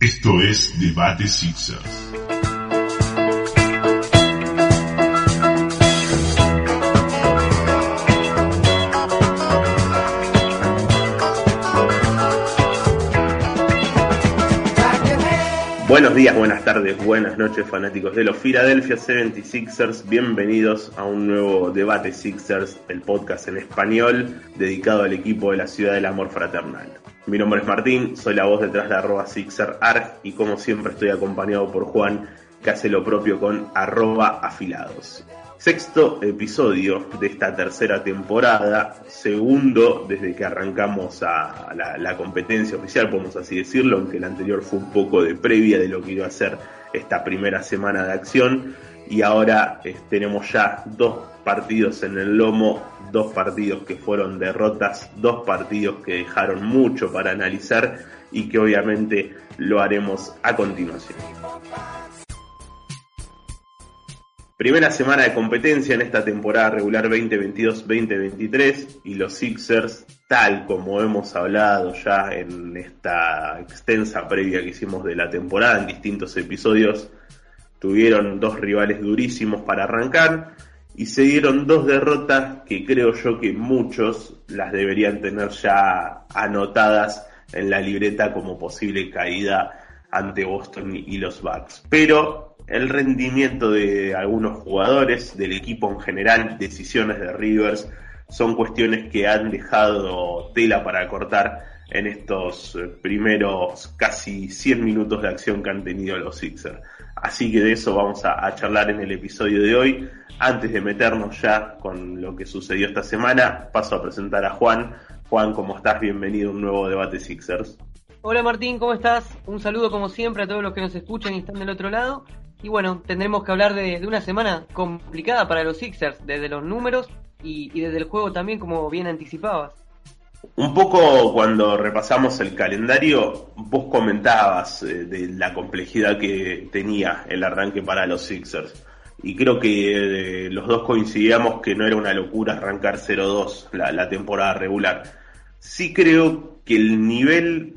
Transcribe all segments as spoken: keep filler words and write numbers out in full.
Esto es Debate Sixers. Buenos días, buenas tardes, buenas noches, fanáticos de los Philadelphia setenta y seis ers. Bienvenidos a un nuevo Debate Sixers, el podcast en español dedicado al equipo de la ciudad del amor fraternal. Mi nombre es Martín, soy la voz detrás de arroba SixerArg y como siempre estoy acompañado por Juan, que hace lo propio con arroba afilados. Sexto episodio de esta tercera temporada, segundo desde que arrancamos a la, la competencia oficial, podemos así decirlo, aunque el anterior fue un poco de previa de lo que iba a ser esta primera semana de acción, y ahora eh, tenemos ya dos partidos en el lomo, dos partidos que fueron derrotas, dos partidos que dejaron mucho para analizar y que obviamente lo haremos a continuación. Primera semana de competencia en esta temporada regular veinte veintidós veinte veintitrés y los Sixers, tal como hemos hablado ya en esta extensa previa que hicimos de la temporada en distintos episodios, tuvieron dos rivales durísimos para arrancar y se dieron dos derrotas que creo yo que muchos las deberían tener ya anotadas en la libreta como posible caída ante Boston y los Bucks. Pero el rendimiento de algunos jugadores, del equipo en general, decisiones de Rivers, son cuestiones que han dejado tela para cortar en estos primeros casi cien minutos de acción que han tenido los Sixers. Así que de eso vamos a, a charlar en el episodio de hoy. Antes de meternos ya con lo que sucedió esta semana, paso a presentar a Juan. Juan, ¿cómo estás? Bienvenido a un nuevo Debate Sixers. Hola Martín, ¿cómo estás? Un saludo como siempre a todos los que nos escuchan y están del otro lado. Y bueno, tendremos que hablar de, de una semana complicada para los Sixers, desde los números y, y desde el juego también, como bien anticipabas. Un poco cuando repasamos el calendario, vos comentabas eh, de la complejidad que tenía el arranque para los Sixers. Y creo que eh, los dos coincidíamos que no era una locura arrancar cero dos la, la temporada regular. Sí creo que el nivel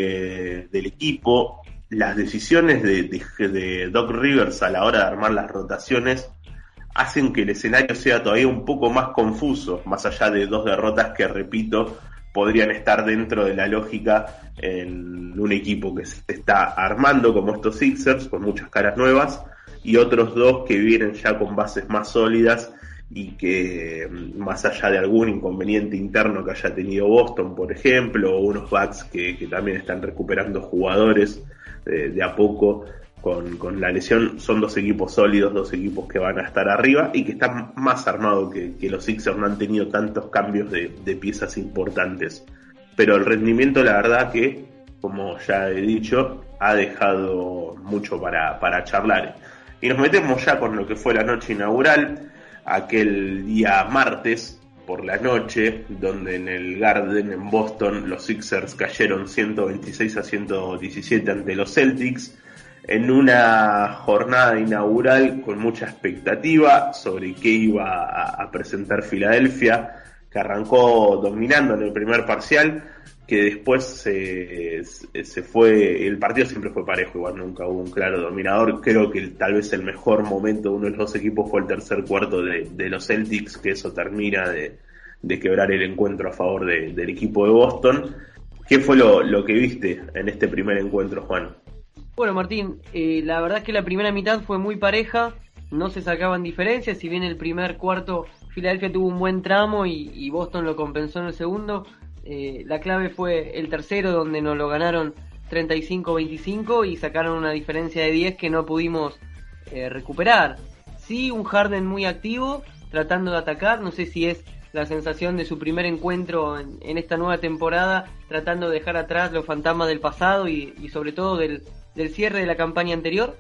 de, del equipo, las decisiones de, de, de Doc Rivers a la hora de armar las rotaciones hacen que el escenario sea todavía un poco más confuso, más allá de dos derrotas que, repito, podrían estar dentro de la lógica en un equipo que se está armando como estos Sixers, con muchas caras nuevas, y otros dos que vienen ya con bases más sólidas y que, más allá de algún inconveniente interno que haya tenido Boston, por ejemplo, o unos Bucks que, que también están recuperando jugadores de, de a poco con, con la lesión, son dos equipos sólidos, dos equipos que van a estar arriba y que están más armados que, que los Sixers. No han tenido tantos cambios de, de piezas importantes, pero el rendimiento, la verdad que, como ya he dicho, ha dejado mucho para, para charlar. Y nos metemos ya con lo que fue la noche inaugural, aquel día martes por la noche, donde en el Garden en Boston los Sixers cayeron ciento veintiséis a ciento diecisiete ante los Celtics, en una jornada inaugural con mucha expectativa sobre qué iba a, a presentar Filadelfia, que arrancó dominando en el primer parcial, que después se, se fue, el partido siempre fue parejo, igual nunca hubo un claro dominador. Creo que el, tal vez el mejor momento de uno de los dos equipos fue el tercer cuarto de, de los Celtics, que eso termina de, de quebrar el encuentro a favor de, del equipo de Boston. ¿Qué fue lo, lo que viste en este primer encuentro, Juan? Bueno Martín, eh, la verdad es que la primera mitad fue muy pareja, no se sacaban diferencias, si bien el primer cuarto Filadelfia tuvo un buen tramo y, y Boston lo compensó en el segundo. Eh, la clave fue el tercero, donde nos lo ganaron treinta y cinco a veinticinco y sacaron una diferencia de diez que no pudimos eh, recuperar. Sí, un Harden muy activo, tratando de atacar, no sé si es la sensación de su primer encuentro en, en esta nueva temporada, tratando de dejar atrás los fantasmas del pasado y, y sobre todo del, del cierre de la campaña anterior,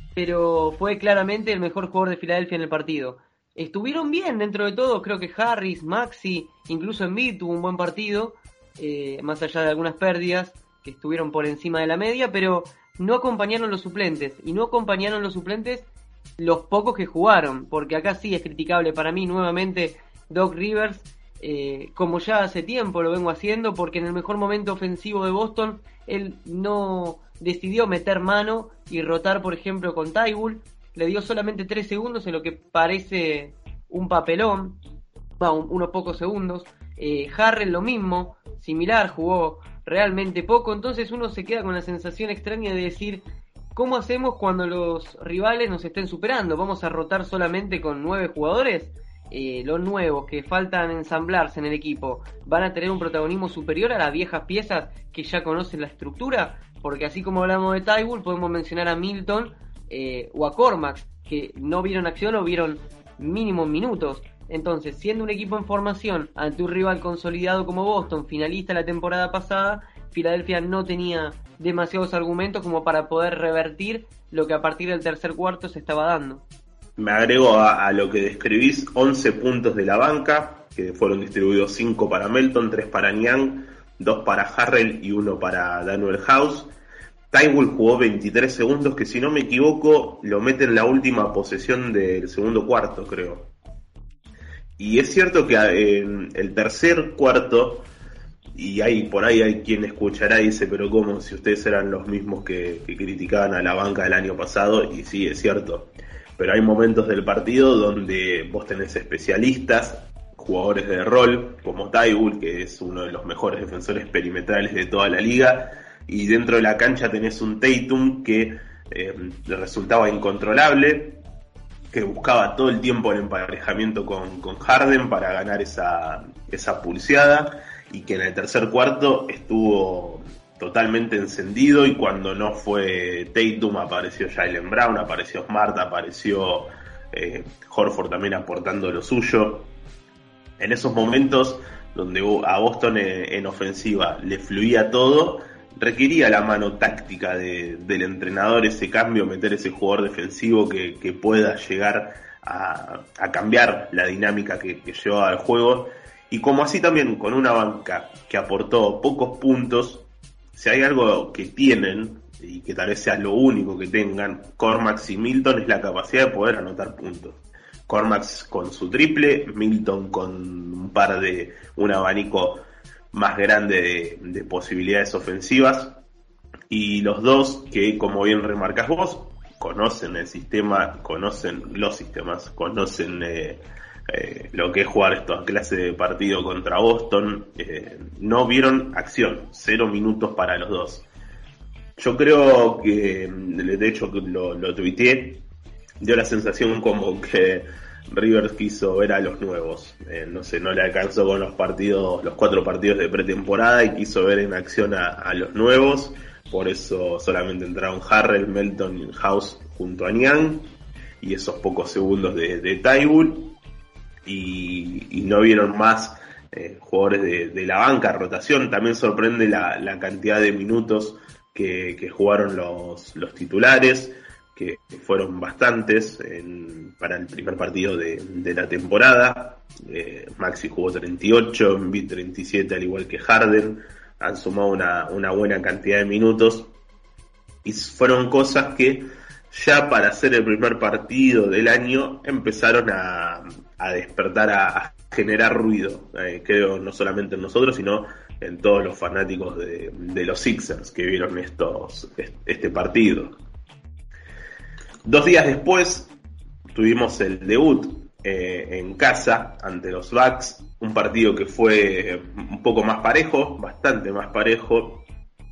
pero fue claramente el mejor jugador de Filadelfia en el partido. Estuvieron bien dentro de todo, creo que Harris, Maxey, incluso Embiid tuvo un buen partido, eh, más allá de algunas pérdidas que estuvieron por encima de la media, pero no acompañaron los suplentes, y no acompañaron los suplentes los pocos que jugaron, porque acá sí es criticable para mí nuevamente Doc Rivers, eh, como ya hace tiempo lo vengo haciendo, porque en el mejor momento ofensivo de Boston, él no decidió meter mano y rotar, por ejemplo, con Tybull. Le dio solamente tres segundos en lo que parece un papelón, va, un, unos pocos segundos. Eh, Harrell lo mismo, similar, jugó realmente poco. Entonces uno se queda con la sensación extraña de decir, ¿cómo hacemos cuando los rivales nos estén superando? ¿Vamos a rotar solamente con nueve jugadores? Eh, los nuevos que faltan ensamblarse en el equipo, ¿van a tener un protagonismo superior a las viejas piezas que ya conocen la estructura? Porque así como hablamos de Tybull, podemos mencionar a Milton eh, o a Cormax, que no vieron acción o vieron mínimos minutos. Entonces, siendo un equipo en formación ante un rival consolidado como Boston, finalista la temporada pasada, Filadelfia no tenía demasiados argumentos como para poder revertir lo que a partir del tercer cuarto se estaba dando. Me agrego a, a lo que describís, once puntos de la banca, que fueron distribuidos cinco para Melton, tres para Niang, dos para Harrell y uno para Danuel House. Tybull jugó veintitrés segundos, que si no me equivoco lo mete en la última posesión del segundo cuarto, creo. Y es cierto que en el tercer cuarto, y hay por ahí hay quien escuchará y dice, pero ¿cómo? Si ustedes eran los mismos que, que criticaban a la banca del año pasado, y sí, es cierto. Pero hay momentos del partido donde vos tenés especialistas, jugadores de rol, como Tybull, que es uno de los mejores defensores perimetrales de toda la liga, y dentro de la cancha tenés un Tatum que eh, resultaba incontrolable, que buscaba todo el tiempo el emparejamiento con, con Harden para ganar esa, esa pulseada, y que en el tercer cuarto estuvo totalmente encendido, y cuando no fue Tatum apareció Jaylen Brown, apareció Smart, apareció eh, Horford también aportando lo suyo. En esos momentos donde a Boston en, en ofensiva le fluía todo, requería la mano táctica de, del entrenador, ese cambio, meter ese jugador defensivo que, que pueda llegar a, a cambiar la dinámica que, que llevaba al juego. Y como así también con una banca que aportó pocos puntos, si hay algo que tienen, y que tal vez sea lo único que tengan, Cormax y Milton, es la capacidad de poder anotar puntos. Cormax con su triple, Milton con un par de, un abanico más grande de, de posibilidades ofensivas, y los dos que, como bien remarcas vos, conocen el sistema, conocen los sistemas, conocen eh, eh, lo que es jugar esta clase de partido contra Boston. Eh, no vieron acción, cero minutos para los dos. Yo creo que, de hecho lo, lo tuiteé, dio la sensación como que Rivers quiso ver a los nuevos, eh, no sé, no le alcanzó con los partidos, los cuatro partidos de pretemporada, y quiso ver en acción a, a los nuevos. Por eso solamente entraron Harrell, Melton y House junto a Niang, y esos pocos segundos de, de Tybull, y, y no vieron más eh, jugadores de, de la banca, rotación. También sorprende la, la cantidad de minutos que, que jugaron los, los titulares, que fueron bastantes en, para el primer partido de, de la temporada. eh, Maxi jugó treinta y ocho, Embiid treinta y siete, al igual que Harden. Han sumado una, una buena cantidad de minutos, y fueron cosas que ya para hacer el primer partido del año empezaron a, a despertar, a, a generar ruido, eh, creo, no solamente en nosotros, sino en todos los fanáticos de, de los Sixers que vieron estos este partido. Dos días después tuvimos el debut eh, en casa ante los Bucks, un partido que fue un poco más parejo, bastante más parejo,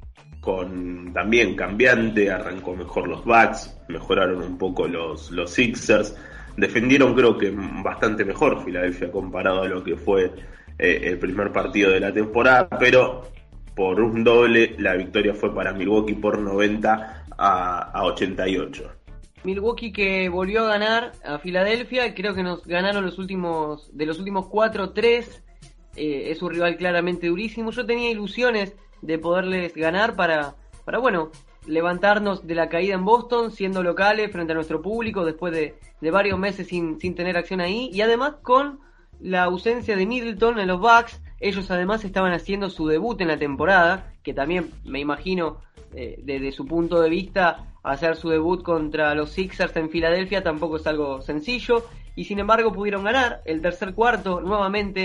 con también cambiante. Arrancó mejor los Bucks, mejoraron un poco los, los Sixers, defendieron creo que bastante mejor Filadelfia comparado a lo que fue eh, el primer partido de la temporada, pero por un doble la victoria fue para Milwaukee por noventa a ochenta y ocho. Milwaukee que volvió a ganar a Filadelfia, creo que nos ganaron los últimos, de los últimos cuatro, tres, eh, es un rival claramente durísimo. Yo tenía ilusiones de poderles ganar para, para bueno, levantarnos de la caída en Boston, siendo locales frente a nuestro público, después de, de varios meses sin, sin tener acción ahí, y además con la ausencia de Middleton en los Bucks. Ellos además estaban haciendo su debut en la temporada, que también me imagino eh, desde su punto de vista hacer su debut contra los Sixers en Filadelfia tampoco es algo sencillo, y sin embargo pudieron ganar el tercer cuarto nuevamente.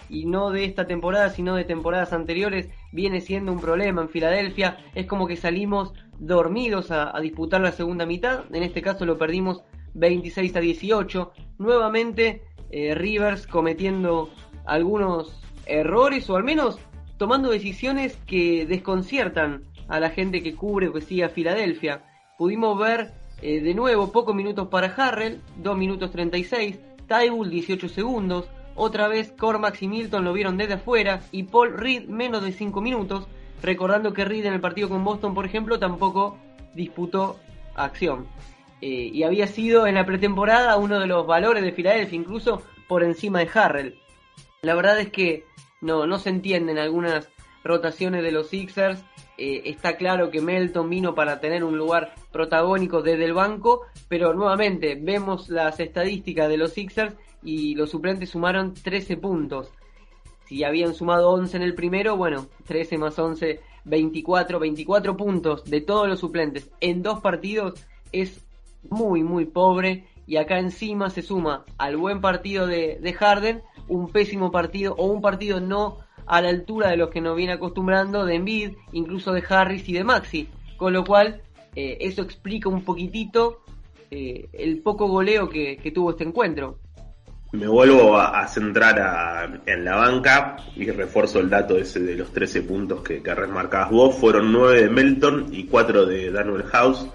y no de esta temporada, sino de temporadas anteriores, viene siendo un problema en Filadelfia. Es como que salimos dormidos a, a disputar la segunda mitad, en este caso lo perdimos veintiséis a dieciocho. Nuevamente eh, Rivers cometiendo algunos errores, o al menos tomando decisiones que desconciertan a la gente que cubre o que sigue a Filadelfia. Pudimos ver eh, de nuevo pocos minutos para Harrell, dos minutos treinta y seis, Tybull dieciocho segundos, otra vez Cormax y Milton lo vieron desde afuera, y Paul Reed menos de cinco minutos, recordando que Reed en el partido con Boston, por ejemplo, tampoco disputó acción. Eh, y había sido en la pretemporada uno de los valores de Filadelfia, incluso por encima de Harrell. La verdad es que no, no se entienden algunas rotaciones de los Sixers. Eh, está claro que Melton vino para tener un lugar protagónico desde el banco, pero nuevamente vemos las estadísticas de los Sixers y los suplentes sumaron trece puntos. Si habían sumado once en el primero, bueno, trece más once, veinticuatro, veinticuatro puntos de todos los suplentes en dos partidos es muy muy pobre, y acá encima se suma al buen partido de, de Harden un pésimo partido, o un partido no a la altura de los que nos viene acostumbrando de Embiid, incluso de Harris y de Maxey, con lo cual eh, eso explica un poquitito eh, el poco goleo que, que tuvo este encuentro. Me vuelvo a, a centrar a, en la banca y refuerzo el dato ese de los trece puntos que, que remarcabas vos. Fueron nueve de Melton y cuatro de Danuel House.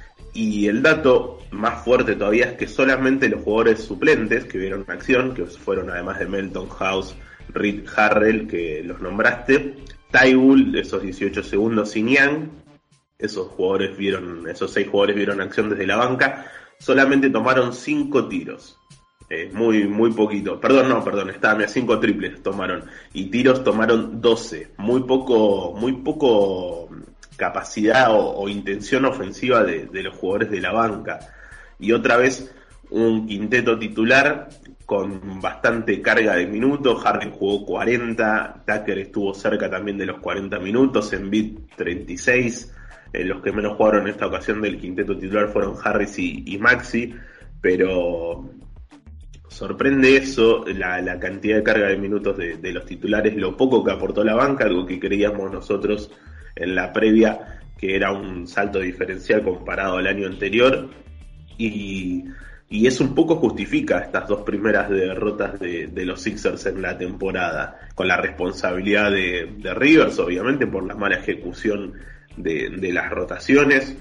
Y el dato más fuerte todavía es que solamente los jugadores suplentes que vieron acción, que fueron además de Melton, House, Reed, Harrell, que los nombraste, Tybull, esos dieciocho segundos, y Niang, esos jugadores vieron, esos seis jugadores vieron acción desde la banca, solamente tomaron cinco tiros. Eh, muy, muy poquito. Perdón, no, perdón, estaban a cinco triples tomaron. Y tiros tomaron doce. Muy poco, muy poco capacidad o, o intención ofensiva de, de los jugadores de la banca. Y otra vez un quinteto titular con bastante carga de minutos. Harden jugó cuarenta, Tucker estuvo cerca también de los cuarenta minutos, Embiid treinta y seis. Eh, los que menos jugaron en esta ocasión del quinteto titular fueron Harris y, y Maxey, pero sorprende eso, la, la cantidad de carga de minutos de, de los titulares, lo poco que aportó la banca, algo que creíamos nosotros en la previa que era un salto diferencial comparado al año anterior, y, y eso un poco justifica estas dos primeras derrotas de, de los Sixers en la temporada, con la responsabilidad de, de Rivers, obviamente, por la mala ejecución de, de las rotaciones,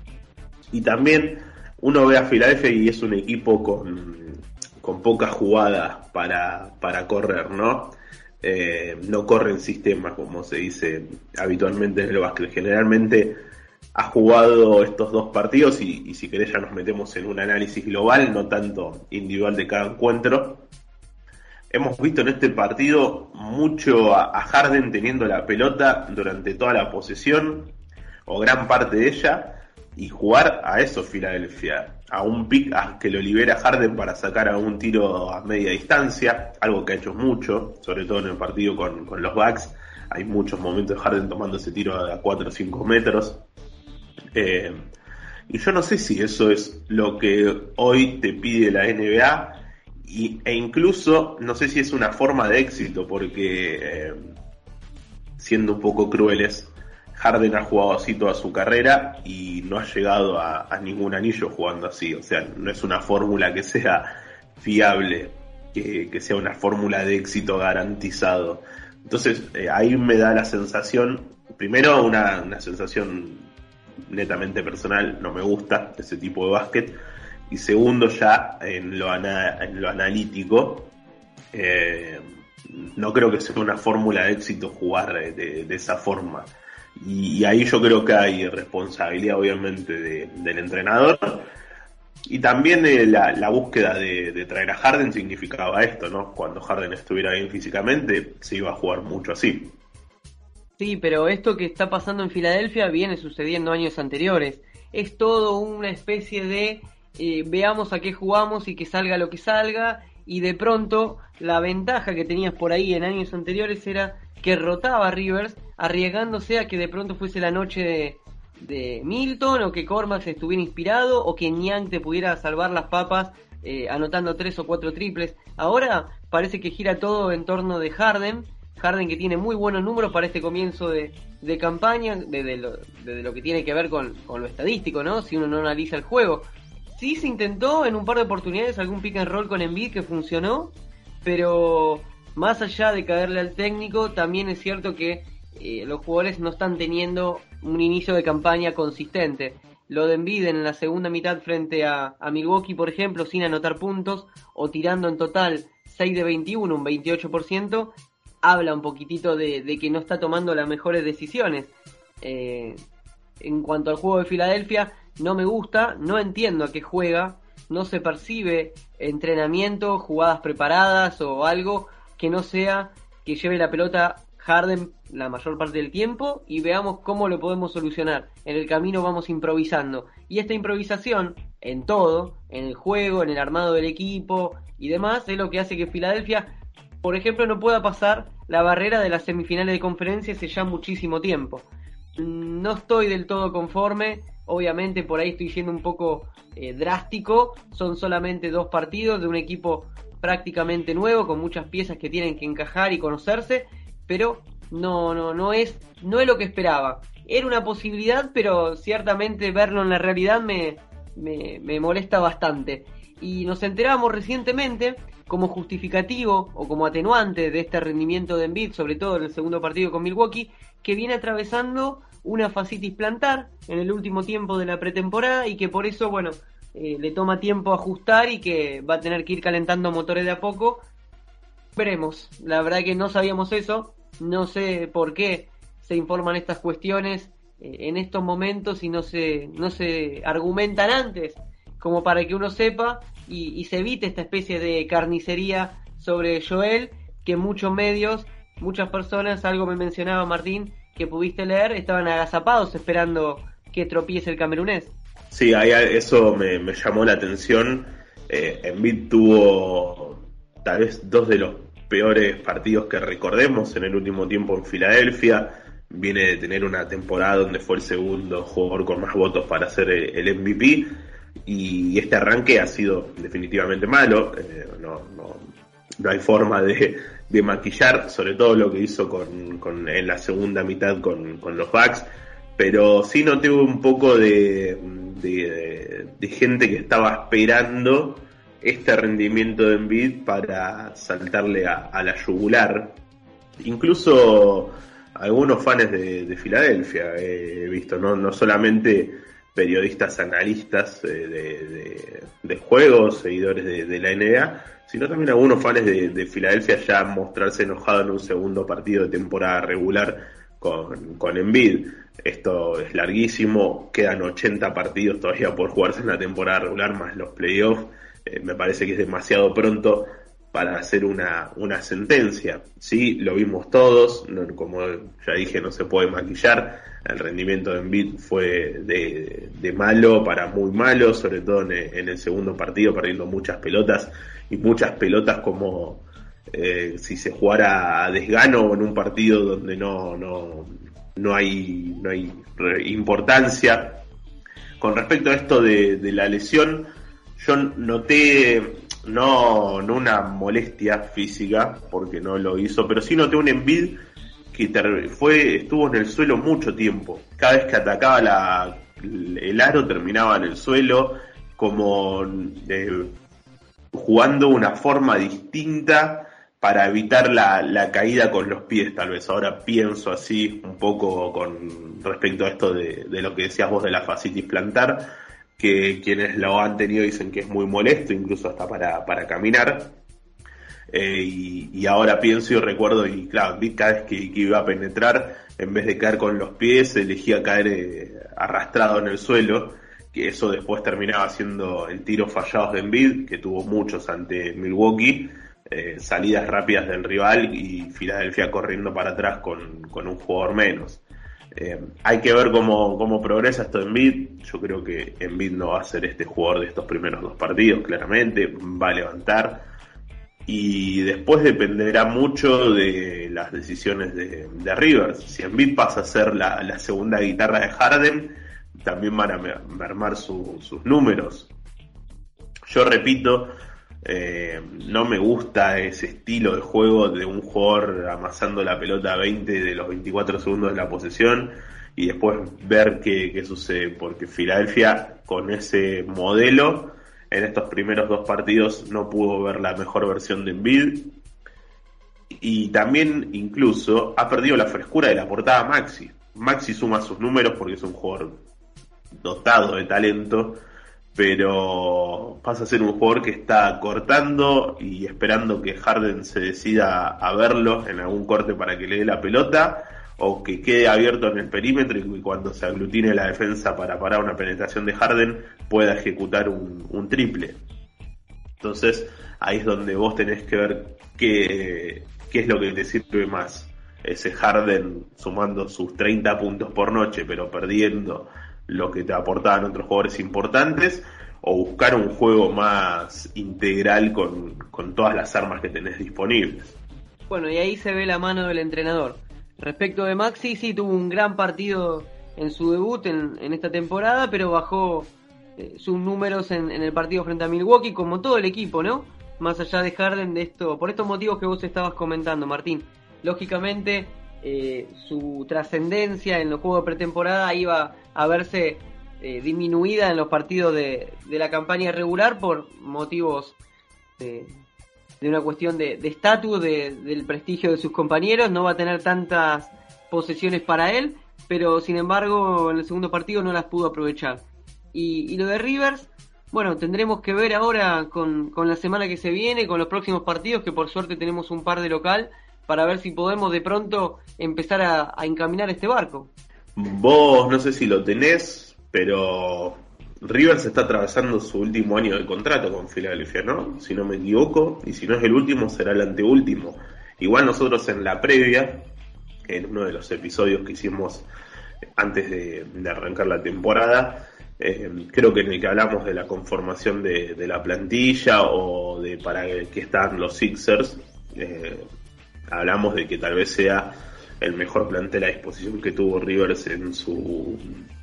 y también uno ve a Filadelfia y es un equipo con con poca jugada para, para correr, ¿no? Eh, no corre el sistema, como se dice habitualmente en el básquet. Generalmente ha jugado estos dos partidos y, y si querés ya nos metemos en un análisis global, no tanto individual de cada encuentro. Hemos visto en este partido mucho a, a Harden teniendo la pelota durante toda la posesión, o gran parte de ella, y jugar a eso Filadelfia, a un pick a que lo libera Harden para sacar a un tiro a media distancia, algo que ha hecho mucho, sobre todo en el partido con, con los Bucks. Hay muchos momentos de Harden tomando ese tiro a cuatro o cinco metros. Eh, y yo no sé si eso es lo que hoy te pide la N B A, y, e incluso no sé si es una forma de éxito, porque eh, siendo un poco crueles, Harden ha jugado así toda su carrera y no ha llegado a, a ningún anillo jugando así. O sea, no es una fórmula que sea fiable, que, que sea una fórmula de éxito garantizado. Entonces, eh, ahí me da la sensación, primero una, una sensación netamente personal, no me gusta ese tipo de básquet. Y segundo, ya en lo, ana, en lo analítico, eh, no creo que sea una fórmula de éxito jugar de, de, de esa forma. Y, y ahí yo creo que hay responsabilidad obviamente de, del entrenador, y también de la, la búsqueda de, de traer a Harden significaba esto, ¿no? Cuando Harden estuviera bien físicamente se iba a jugar mucho así. Sí, pero esto que está pasando en Filadelfia viene sucediendo años anteriores. Es todo una especie de eh, veamos a qué jugamos y que salga lo que salga, y de pronto la ventaja que tenías por ahí en años anteriores era que rotaba a Rivers, arriesgándose a que de pronto fuese la noche de, de Milton, o que Cormax estuviera inspirado, o que Niang te pudiera salvar las papas eh, anotando tres o cuatro triples. Ahora parece que gira todo en torno de Harden, Harden que tiene muy buenos números para este comienzo de, de campaña, de, de, lo, de lo que tiene que ver con, con lo estadístico, ¿no? Si uno no analiza el juego. Sí se intentó en un par de oportunidades algún pick and roll con Embiid que funcionó, pero más allá de caerle al técnico, también es cierto que eh, los jugadores no están teniendo un inicio de campaña consistente. Lo de Embiid en la segunda mitad frente a, a Milwaukee, por ejemplo, sin anotar puntos, o tirando en total seis de veintiuno, un veintiocho por ciento, habla un poquitito de, de que no está tomando las mejores decisiones. Eh, en cuanto al juego de Filadelfia, no me gusta, no entiendo a qué juega, no se percibe entrenamiento, jugadas preparadas o algo que no sea que lleve la pelota Harden la mayor parte del tiempo y veamos cómo lo podemos solucionar. En el camino vamos improvisando. Y esta improvisación, en todo, en el juego, en el armado del equipo y demás, es lo que hace que Filadelfia, por ejemplo, no pueda pasar la barrera de las semifinales de conferencia hace ya muchísimo tiempo. No estoy del todo conforme, obviamente por ahí estoy siendo un poco eh, drástico, son solamente dos partidos de un equipo prácticamente nuevo, con muchas piezas que tienen que encajar y conocerse, pero no, no, no es, no es lo que esperaba. Era una posibilidad, pero ciertamente verlo en la realidad me, me, me molesta bastante. Y nos enteramos recientemente, como justificativo o como atenuante de este rendimiento de Embiid, sobre todo en el segundo partido con Milwaukee, que viene atravesando una fascitis plantar en el último tiempo de la pretemporada y que por eso, bueno, eh, le toma tiempo ajustar y que va a tener que ir calentando motores de a poco. Veremos, la verdad que no sabíamos eso, no sé por qué se informan estas cuestiones eh, en estos momentos y no se, no se argumentan antes, como para que uno sepa y, y se evite esta especie de carnicería sobre Joel, que muchos medios, muchas personas, algo me mencionaba Martín, que pudiste leer, estaban agazapados esperando que tropiece el camerunés. Sí, ahí eso me, me llamó la atención. eh, Embiid tuvo tal vez dos de los peores partidos que recordemos en el último tiempo en Filadelfia. Viene de tener una temporada donde fue el segundo jugador con más votos para ser el, el M V P, y este arranque ha sido definitivamente malo. eh, no, no, no hay forma de, de maquillar, sobre todo lo que hizo con, con en la segunda mitad con, con los Bucks, pero sí noté un poco de, de, de gente que estaba esperando este rendimiento de Embiid para saltarle a, a la yugular. Incluso algunos fans de, de Filadelfia he visto, no, no solamente periodistas, analistas eh, de, de, de juegos, seguidores de, de la N B A, sino también algunos fans de, de Filadelfia ya mostrarse enojados en un segundo partido de temporada regular con, con Embiid. Esto es larguísimo, quedan ochenta partidos todavía por jugarse en la temporada regular, más los playoffs. Eh, me parece que es demasiado pronto para hacer una, una sentencia. Sí, lo vimos todos, no, como ya dije, no se puede maquillar. El rendimiento de Embiid fue de, de malo para muy malo, sobre todo en, en el segundo partido, perdiendo muchas pelotas, y muchas pelotas como eh, si se jugara a desgano o en un partido donde no, no, no hay, no hay importancia. Con respecto a esto de, de la lesión, yo noté no, no una molestia física, porque no lo hizo, pero sí noté un Embiid que ter- fue estuvo en el suelo mucho tiempo. Cada vez que atacaba la, el aro terminaba en el suelo, como eh, jugando una forma distinta para evitar la, la caída con los pies, tal vez. Ahora pienso así un poco con respecto a esto de, de lo que decías vos de la fascitis plantar, que quienes lo han tenido dicen que es muy molesto, incluso hasta para, para caminar. Eh, y, y ahora pienso y recuerdo, y claro, cada vez que, que iba a penetrar, en vez de caer con los pies, elegía caer eh, arrastrado en el suelo, que eso después terminaba siendo el tiro fallados de Embiid, que tuvo muchos ante Milwaukee, eh, salidas rápidas del rival y Filadelfia corriendo para atrás con, con un jugador menos. Eh, hay que ver cómo, cómo progresa esto de Embiid. Yo creo que Embiid no va a ser este jugador de estos primeros dos partidos, claramente, va a levantar. Y después dependerá mucho de las decisiones de, de Rivers. Si Embiid pasa a ser la, la segunda guitarra de Harden, también van a mermar su, sus números. Yo repito, eh, no me gusta ese estilo de juego de un jugador amasando la pelota a veinte de los veinticuatro segundos de la posesión y después ver qué, qué sucede, porque Filadelfia con ese modelo en estos primeros dos partidos no pudo ver la mejor versión de Embiid, y también incluso ha perdido la frescura de la portada Maxi. Maxi suma sus números porque es un jugador dotado de talento, pero pasa a ser un jugador que está cortando y esperando que Harden se decida a verlo en algún corte para que le dé la pelota, o que quede abierto en el perímetro y cuando se aglutine la defensa para parar una penetración de Harden pueda ejecutar un, un triple. Entonces ahí es donde vos tenés que ver qué, qué es lo que te sirve más. Ese Harden sumando sus treinta puntos por noche pero perdiendo lo que te aportaban otros jugadores importantes, o buscar un juego más integral con, con todas las armas que tenés disponibles. Bueno, y ahí se ve la mano del entrenador. Respecto de Maxi, sí tuvo un gran partido en su debut en, en esta temporada, pero bajó eh, sus números en, en el partido frente a Milwaukee, como todo el equipo, ¿no? Más allá de Harden, de esto, por estos motivos que vos estabas comentando, Martín. Lógicamente, eh, su trascendencia en los juegos de pretemporada iba a verse eh, disminuida en los partidos de, de la campaña regular por motivos de... de una cuestión de estatus, de, de, del prestigio de sus compañeros. No va a tener tantas posesiones para él, pero sin embargo en el segundo partido no las pudo aprovechar. Y, y lo de Rivers, bueno, tendremos que ver ahora con, con la semana que se viene, con los próximos partidos, que por suerte tenemos un par de local, para ver si podemos de pronto empezar a, a encaminar este barco. Vos no sé si lo tenés, pero Rivers está atravesando su último año de contrato con Filadelfia, ¿no? Si no me equivoco, y si no es el último, será el anteúltimo. Igual nosotros en la previa, en uno de los episodios que hicimos antes de, de arrancar la temporada, eh, creo que en el que hablamos de la conformación de, de la plantilla o de para qué están los Sixers, eh, hablamos de que tal vez sea el mejor plantel a disposición que tuvo Rivers en su...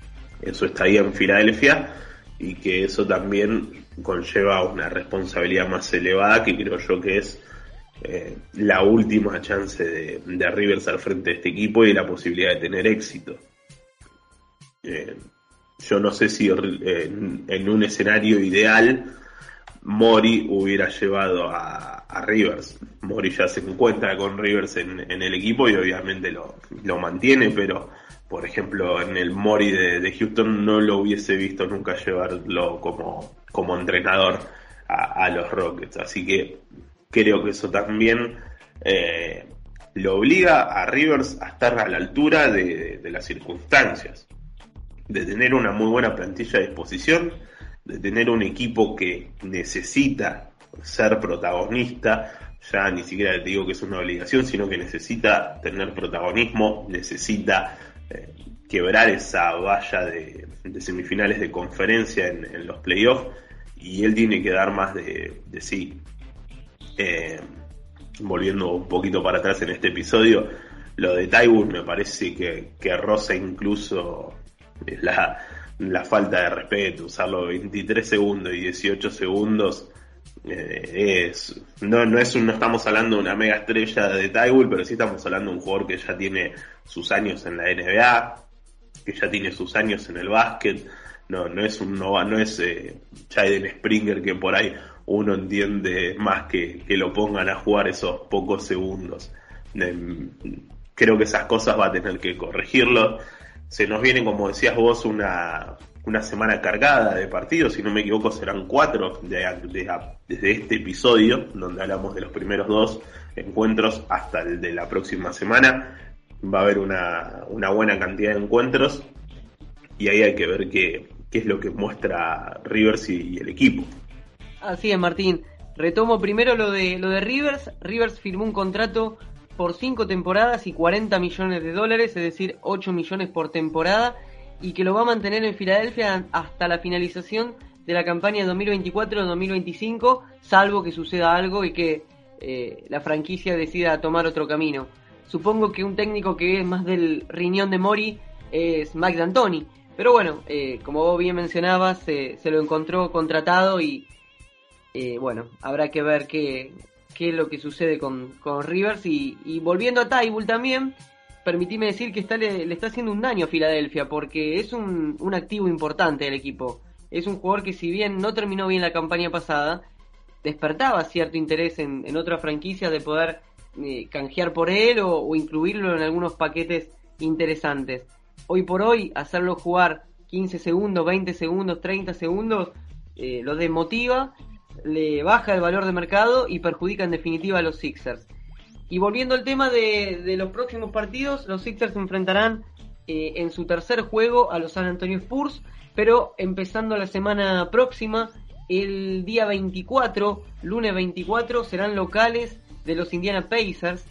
en su estadía en Filadelfia, y que eso también conlleva una responsabilidad más elevada, que creo yo que es eh, la última chance de, de Rivers al frente de este equipo y la posibilidad de tener éxito. Eh, yo no sé si eh, en, en un escenario ideal Mori hubiera llevado a, a Rivers. Mori ya se encuentra con Rivers en, en el equipo y obviamente lo, lo mantiene, pero por ejemplo en el Mori de, de Houston no lo hubiese visto nunca llevarlo como, como entrenador a, a los Rockets, así que creo que eso también eh, lo obliga a Rivers a estar a la altura de, de, de las circunstancias, de tener una muy buena plantilla a disposición, de tener un equipo que necesita ser protagonista. Ya ni siquiera te digo que es una obligación, sino que necesita tener protagonismo, necesita eh, quebrar esa valla de, de semifinales de conferencia en, en los playoffs, y él tiene que dar más de, de sí. Eh, volviendo un poquito para atrás en este episodio, lo de Tywin me parece que, que roza incluso la, la falta de respeto. Usarlo veintitrés segundos y dieciocho segundos eh, es no no es un, no estamos hablando de una mega estrella de Tywin, pero sí estamos hablando de un jugador que ya tiene sus años en la N B A, que ya tiene sus años en el básquet. No no es un no, no es eh, Jaden Springer, que por ahí uno entiende más que, que lo pongan a jugar esos pocos segundos. Eh, creo que esas cosas va a tener que corregirlo. Se nos viene, como decías vos, una, una semana cargada de partidos. Si no me equivoco, serán cuatro de, de, desde este episodio, donde hablamos de los primeros dos encuentros hasta el de la próxima semana. Va a haber una, una buena cantidad de encuentros, y ahí hay que ver qué, qué es lo que muestra Rivers y, y el equipo. Así es, Martín. Retomo primero lo de, lo de Rivers. Rivers firmó un contrato por cinco temporadas y cuarenta millones de dólares, es decir, ocho millones por temporada, y que lo va a mantener en Filadelfia hasta la finalización de la campaña dos mil veinticuatro dos mil veinticinco, salvo que suceda algo y que eh, la franquicia decida tomar otro camino. Supongo que un técnico que es más del riñón de Mori es Mike D'Antoni, Pero bueno, eh, como vos bien mencionabas, eh, se lo encontró contratado y eh, bueno, habrá que ver qué, qué es lo que sucede con, con Rivers. Y, y volviendo a Thybulle también, permitime decir que está, le, le está haciendo un daño a Filadelfia, porque es un, un activo importante del equipo. Es un jugador que, si bien no terminó bien la campaña pasada, despertaba cierto interés en, en otra franquicia de poder eh, canjear por él o, o incluirlo en algunos paquetes interesantes. Hoy por hoy, hacerlo jugar quince segundos, veinte segundos, treinta segundos, eh, lo desmotiva, le baja el valor de mercado y perjudica en definitiva a los Sixers. Y volviendo al tema de, de los próximos partidos, los Sixers se enfrentarán eh, en su tercer juego a los San Antonio Spurs, pero empezando la semana próxima, el día veinticuatro, lunes veinticuatro, serán locales de los Indiana Pacers.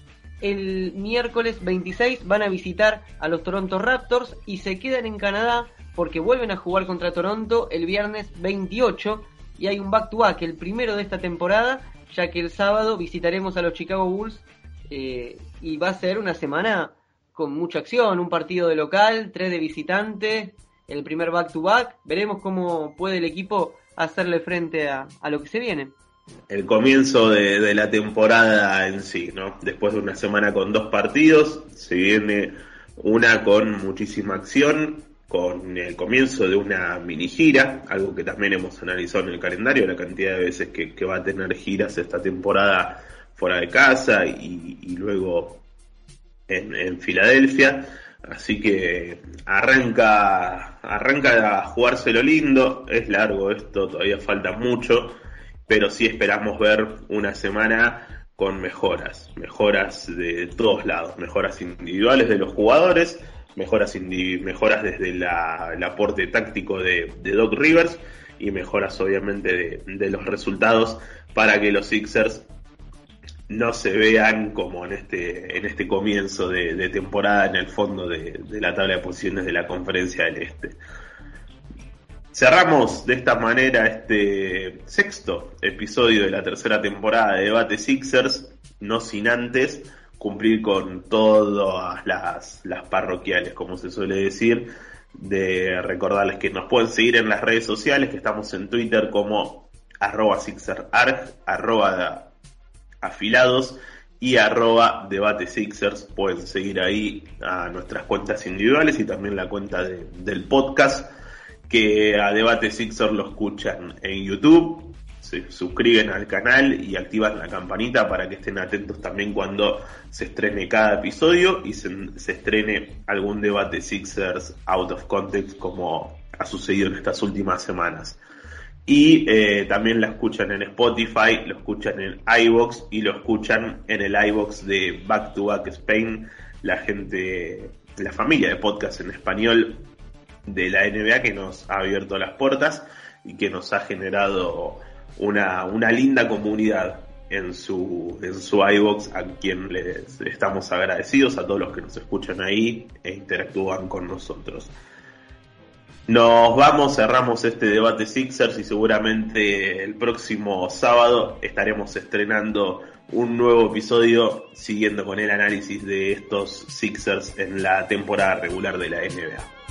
El miércoles veintiséis van a visitar a los Toronto Raptors y se quedan en Canadá porque vuelven a jugar contra Toronto el viernes veintiocho, y hay un back-to-back, el primero de esta temporada, ya que el sábado visitaremos a los Chicago Bulls eh, y va a ser una semana con mucha acción, un partido de local, tres de visitante, el primer back-to-back. Veremos cómo puede el equipo hacerle frente a, a lo que se viene. El comienzo de, de la temporada en sí, ¿no? Después de una semana con dos partidos, se viene una con muchísima acción, con el comienzo de una mini gira, algo que también hemos analizado en el calendario, la cantidad de veces que, que va a tener giras esta temporada fuera de casa y, y luego en, en Filadelfia. Así que arranca, arranca a jugárselo lindo, es largo esto, todavía falta mucho, pero sí esperamos ver una semana con mejoras, mejoras de todos lados, mejoras individuales de los jugadores, mejoras indiv- mejoras desde la, el aporte táctico de, de Doc Rivers y mejoras obviamente de, de los resultados para que los Sixers no se vean como en este en este comienzo de, de temporada en el fondo de, de la tabla de posiciones de la Conferencia del Este. Cerramos de esta manera este sexto episodio de la tercera temporada de Debate Sixers, no sin antes cumplir con todas las, las parroquiales, como se suele decir, de recordarles que nos pueden seguir en las redes sociales, que estamos en Twitter como arroba sixerarg, arroba afilados y arroba debate Sixers. Pueden seguir ahí a nuestras cuentas individuales y también la cuenta de, del podcast, que a Debate Sixers lo escuchan en YouTube, se suscriben al canal y activan la campanita para que estén atentos también cuando se estrene cada episodio y se, se estrene algún Debate Sixers out of context, como ha sucedido en estas últimas semanas. Y eh, también la escuchan en Spotify, lo escuchan en iVoox y lo escuchan en el iVoox de Back to Back Spain, la gente, la familia de podcast en español de la N B A, que nos ha abierto las puertas y que nos ha generado una, una linda comunidad en su, en su iVoox, a quien les estamos agradecidos, a todos los que nos escuchan ahí e interactúan con nosotros. Nos vamos, cerramos este Debate Sixers y seguramente el próximo sábado estaremos estrenando un nuevo episodio siguiendo con el análisis de estos Sixers en la temporada regular de la N B A.